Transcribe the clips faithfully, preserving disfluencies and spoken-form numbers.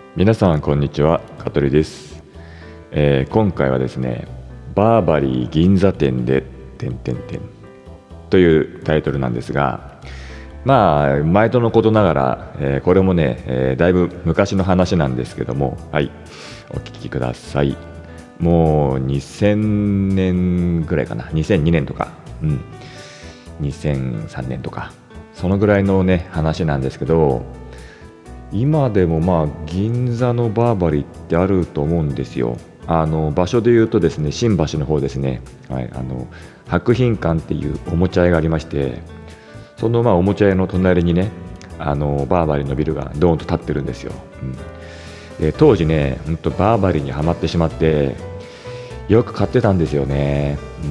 皆さんこんにちは、香取です、えー今回はですねバーバリー銀座店で点点点というタイトルなんですが、まあ毎度のことながら、えーこれもね、えーだいぶ昔の話なんですけども、はい、お聞きください。もうにせんねんぐらいかな、にせんにねんとか、うん、にせんさんねんとかそのぐらいのね話なんですけど、今でもまあ銀座のバーバリーってあると思うんですよ。あの場所で言うとですね、新橋の方ですね、はい、あの博品館っていうおもちゃ屋がありまして、そのまあおもちゃ屋の隣にね、あのバーバリーのビルがドーンと立ってるんですよ。うん、で当時ね、本当バーバリーにはまってしまってよく買ってたんですよね。うん、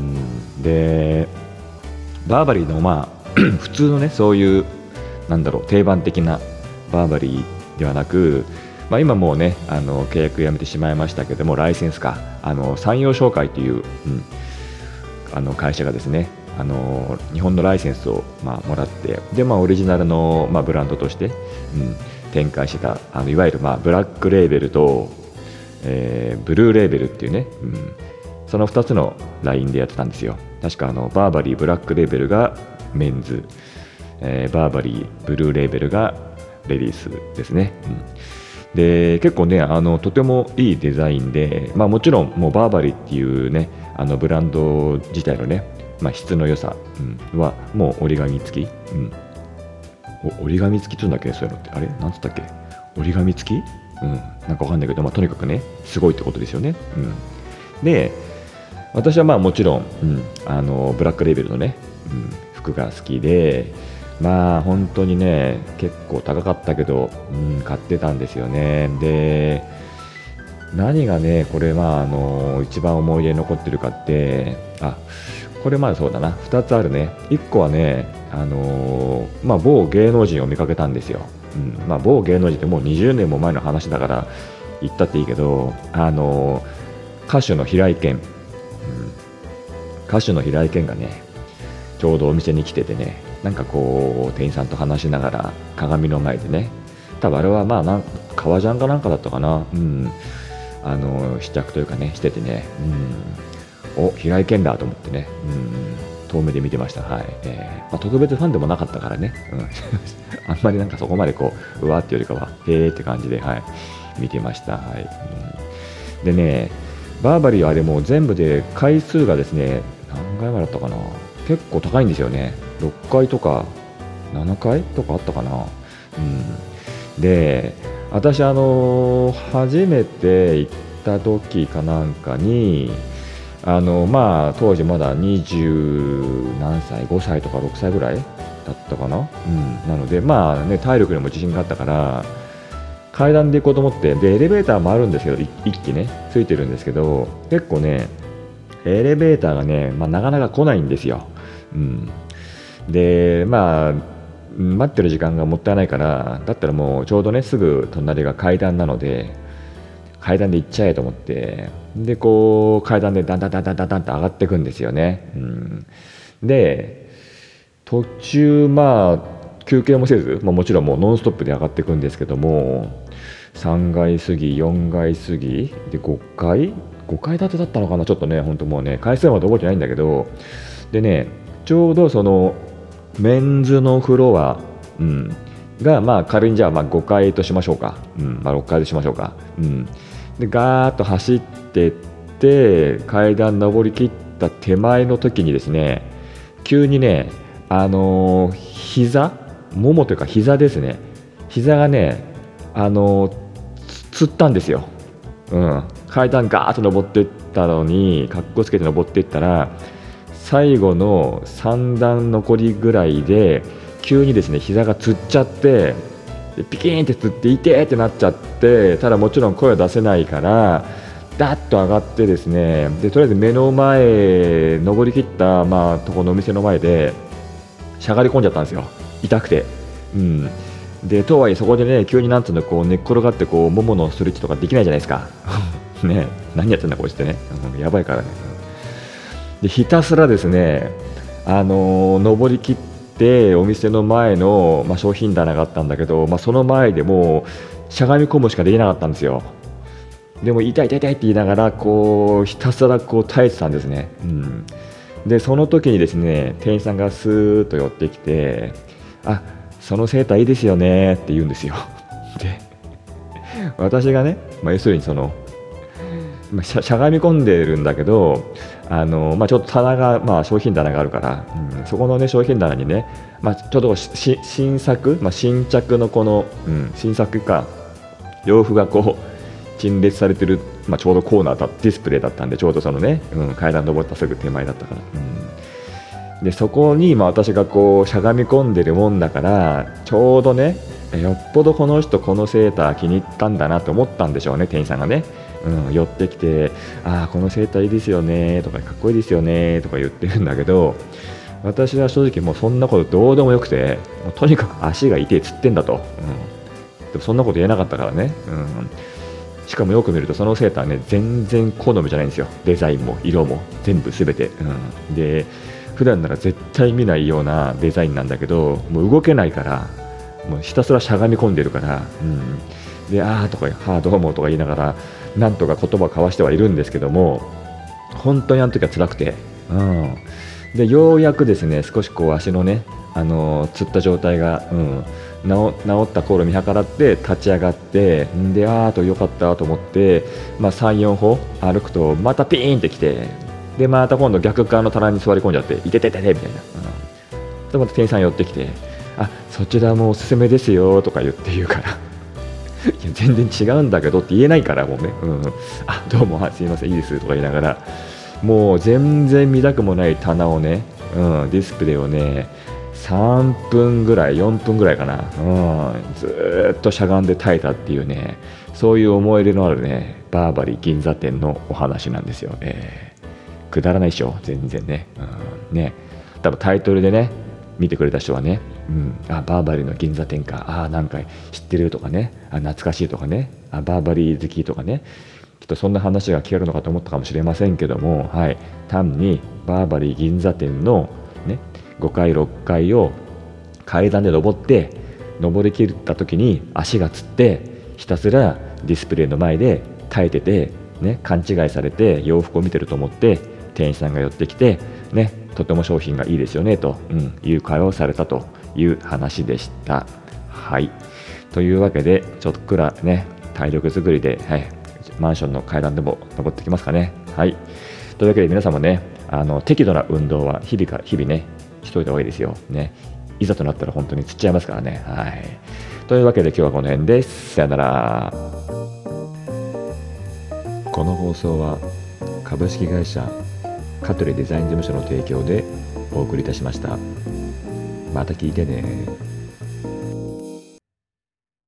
でバーバリーのまあ普通のね、そういうなんだろう、定番的なバーバリーではなく、まあ、今もうねあの契約やめてしまいましたけども、ライセンスか、あの山陽商会という、うん、あの会社がですね、あの日本のライセンスを、まあ、もらって、で、まあ、オリジナルの、まあ、ブランドとして、うん、展開してた、あのいわゆる、まあ、ブラックレーベルと、えーブルーレーベルっていうね、うん、そのふたつのラインでやってたんですよ。確かあのバーバリーブラックレーベルがメンズ、えーバーバリーブルーレーベルがレディースですね。うん、で結構ね、あのとてもいいデザインで、まあ、もちろんもうバーバリーっていうね、あのブランド自体のね、まあ、質の良さ、うん、はもう折り紙付き、うん、お折り紙付きって言うんだっけ、そういうのって、あれなんつったっけ、折り紙付き、うん、なんかわかんないけど、まあ、とにかくねすごいってことですよね。うん、で私はまあもちろん、うん、あのブラックレーベルのね、うん、服が好きで、まあ本当にね結構高かったけど、うん、買ってたんですよね。で何がねこれ、まああの一番思い出に残ってるかって、あこれまあそうだな、ふたつあるね。いっこはね、あのまあ、某芸能人を見かけたんですよ。うんまあ、某芸能人ってもうにじゅうねんも前の話だから言ったっていいけど、あの歌手の平井堅、うん、歌手の平井堅がねちょうどお店に来ててね、なんかこう店員さんと話しながら鏡の前でね、多分あれはまあなん革ジャンかなんかだったかな、うん、あの試着というかねしててね、うん、お平井堅だと思ってね、うん、遠目で見てました。はい、えーまあ、特別ファンでもなかったからね、うん、あんまりなんかそこまでこううわーっていうよりかはへーって感じで、はい、見てました。はい、うん、でねバーバリーはあれもう全部で回数がですね、何回までだったかな、結構高いんですよね。ろっかいとかななかいとかあったかな。うん、で私あの初めて行った時かなんかに、あのまあ当時まだにじゅう何歳、ごさいとかろくさいぐらいだったかな。うん、なのでまあね体力にも自信があったから階段で行こうと思って、でエレベーターもあるんですけど、い一機ねついてるんですけど、結構ねエレベーターがね、まあ、なかなか来ないんですよ。うん、でまあ待ってる時間がもったいないから、だったらもうちょうどねすぐ隣が階段なので階段で行っちゃえと思って、でこう階段でダンダンダンダンダンダンと上がっていくんですよね。うん、で途中まあ休憩もせず、まあ、もちろんもうノンストップで上がっていくんですけども、さんがい過ぎよんがい過ぎでごかいごかい建てだったのかな、ちょっとね本当もうね回数まで覚えてないんだけど、でねちょうどそのメンズのフロア、うん、がまあ仮にじゃあまあごかいとしましょうか、うんまあ、ろっかいとしましょうか、うん、でガーッと走ってって階段上りきった手前の時にですね、急にねあのー膝ももというか膝ですね、膝がねあのーつつったんですよ。うん、階段ガーッと登っていったのにかっこつけて登っていったら、最後のさん段残りぐらいで急にですね膝がつっちゃって、でピキーンってつっていてーってなっちゃって、ただもちろん声は出せないからダッと上がってですね、でとりあえず目の前登りきった、まあ、とこのお店の前でしゃがり込んじゃったんですよ、痛くて。うん、でとはいえそこでね急になんつうのこう寝っ転がってこうもものストレッチとかできないじゃないですかね、何やってんだこいつってね、うんやばいからね。でひたすらですね、あのー登りきってお店の前の、まあ、商品棚があったんだけど、まあ、その前でもしゃがみ込むしかできなかったんですよ。でも痛い痛い痛いって言いながらこうひたすらこう耐えてたんですね、うん、でその時にですね店員さんがスーッと寄ってきて、あ、そのセーターいいですよねって言うんですよ。で私がね、まあ、要するにそのまあ、しゃしゃがみ込んでるんだけど、あのまあ、ちょっと棚が、まあ、商品棚があるから、うん、そこの、ね、商品棚にね、まあ、ちょっとし新作、まあ、新着のこの、うん、新作か洋服がこう陳列されてる、まあ、ちょうどコーナーだディスプレイだったんで、ちょうどそのね、うん、階段登ったすぐ手前だったから、うん、でそこに、まあ、私がこうしゃがみ込んでるもんだから、ちょうどね、よっぽどこの人このセーター気に入ったんだなと思ったんでしょうね、店員さんがね。うん、寄ってきて、ああこのセーターいいですよねとか、かっこいいですよねとか言ってるんだけど、私は正直もうそんなことどうでもよくて、もうとにかく足が痛いっつってんだと、うん、でもそんなこと言えなかったからね、うん、しかもよく見るとそのセーターね全然好みじゃないんですよ、デザインも色も全部すべて、うん、で普段なら絶対見ないようなデザインなんだけど、もう動けないからもうひたすらしゃがみ込んでるから、うん、であーとかはーどうもとか言いながらなんとか言葉を交わしてはいるんですけども、本当にあの時は辛くて、うん、でようやくですね少しこう足のね、あのー、つった状態が、うん、治, 治った頃見計らって立ち上がって、んであーとよかったと思って、まあ、さん、よん歩歩くとまたピーンってきて、でまた今度逆側の棚に座り込んじゃって、いててててみたいな、うん、でまた店員さん寄ってきて、あ、そちらもおすすめですよとか言って言うからいや全然違うんだけどって言えないからもうね、うん、あ、どうも、はい、すいませんいいですとか言いながら、もう全然見たくもない棚をね、うん、ディスプレイをねさんぷんぐらいよんぷんぐらいかな、うん、ずーっとしゃがんで耐えたっていうね、そういう思い入れのあるねバーバリー銀座店のお話なんですよ。えー、くだらないでしょ全然ね、うん、ね、多分タイトルでね見てくれた人はね、うん、あバーバリーの銀座店か、あなんか知ってるとかね、あ懐かしいとかね、あバーバリー好きとかね、きっとそんな話が聞けるのかと思ったかもしれませんけども、はい、単にバーバリー銀座店の、ね、ごかいろっかいを階段で登って登りきった時に足がつってひたすらディスプレイの前で耐えてて、ね、勘違いされて洋服を見てると思って店員さんが寄ってきて、ね、とても商品がいいですよねと、うん、いう会話をされたという話でした。はい、というわけでちょっとくらね体力作りで、はい、マンションの階段でも登ってきますかね。はい、というわけで皆さんもね、あの適度な運動は日々か日々ねしといた方がいいですよ、ね、いざとなったら本当につっちゃいますからね。はい、というわけで今日はこの辺です。さよなら。この放送は株式会社香取デザイン事務所の提供でお送りいたしました。また聞いてね。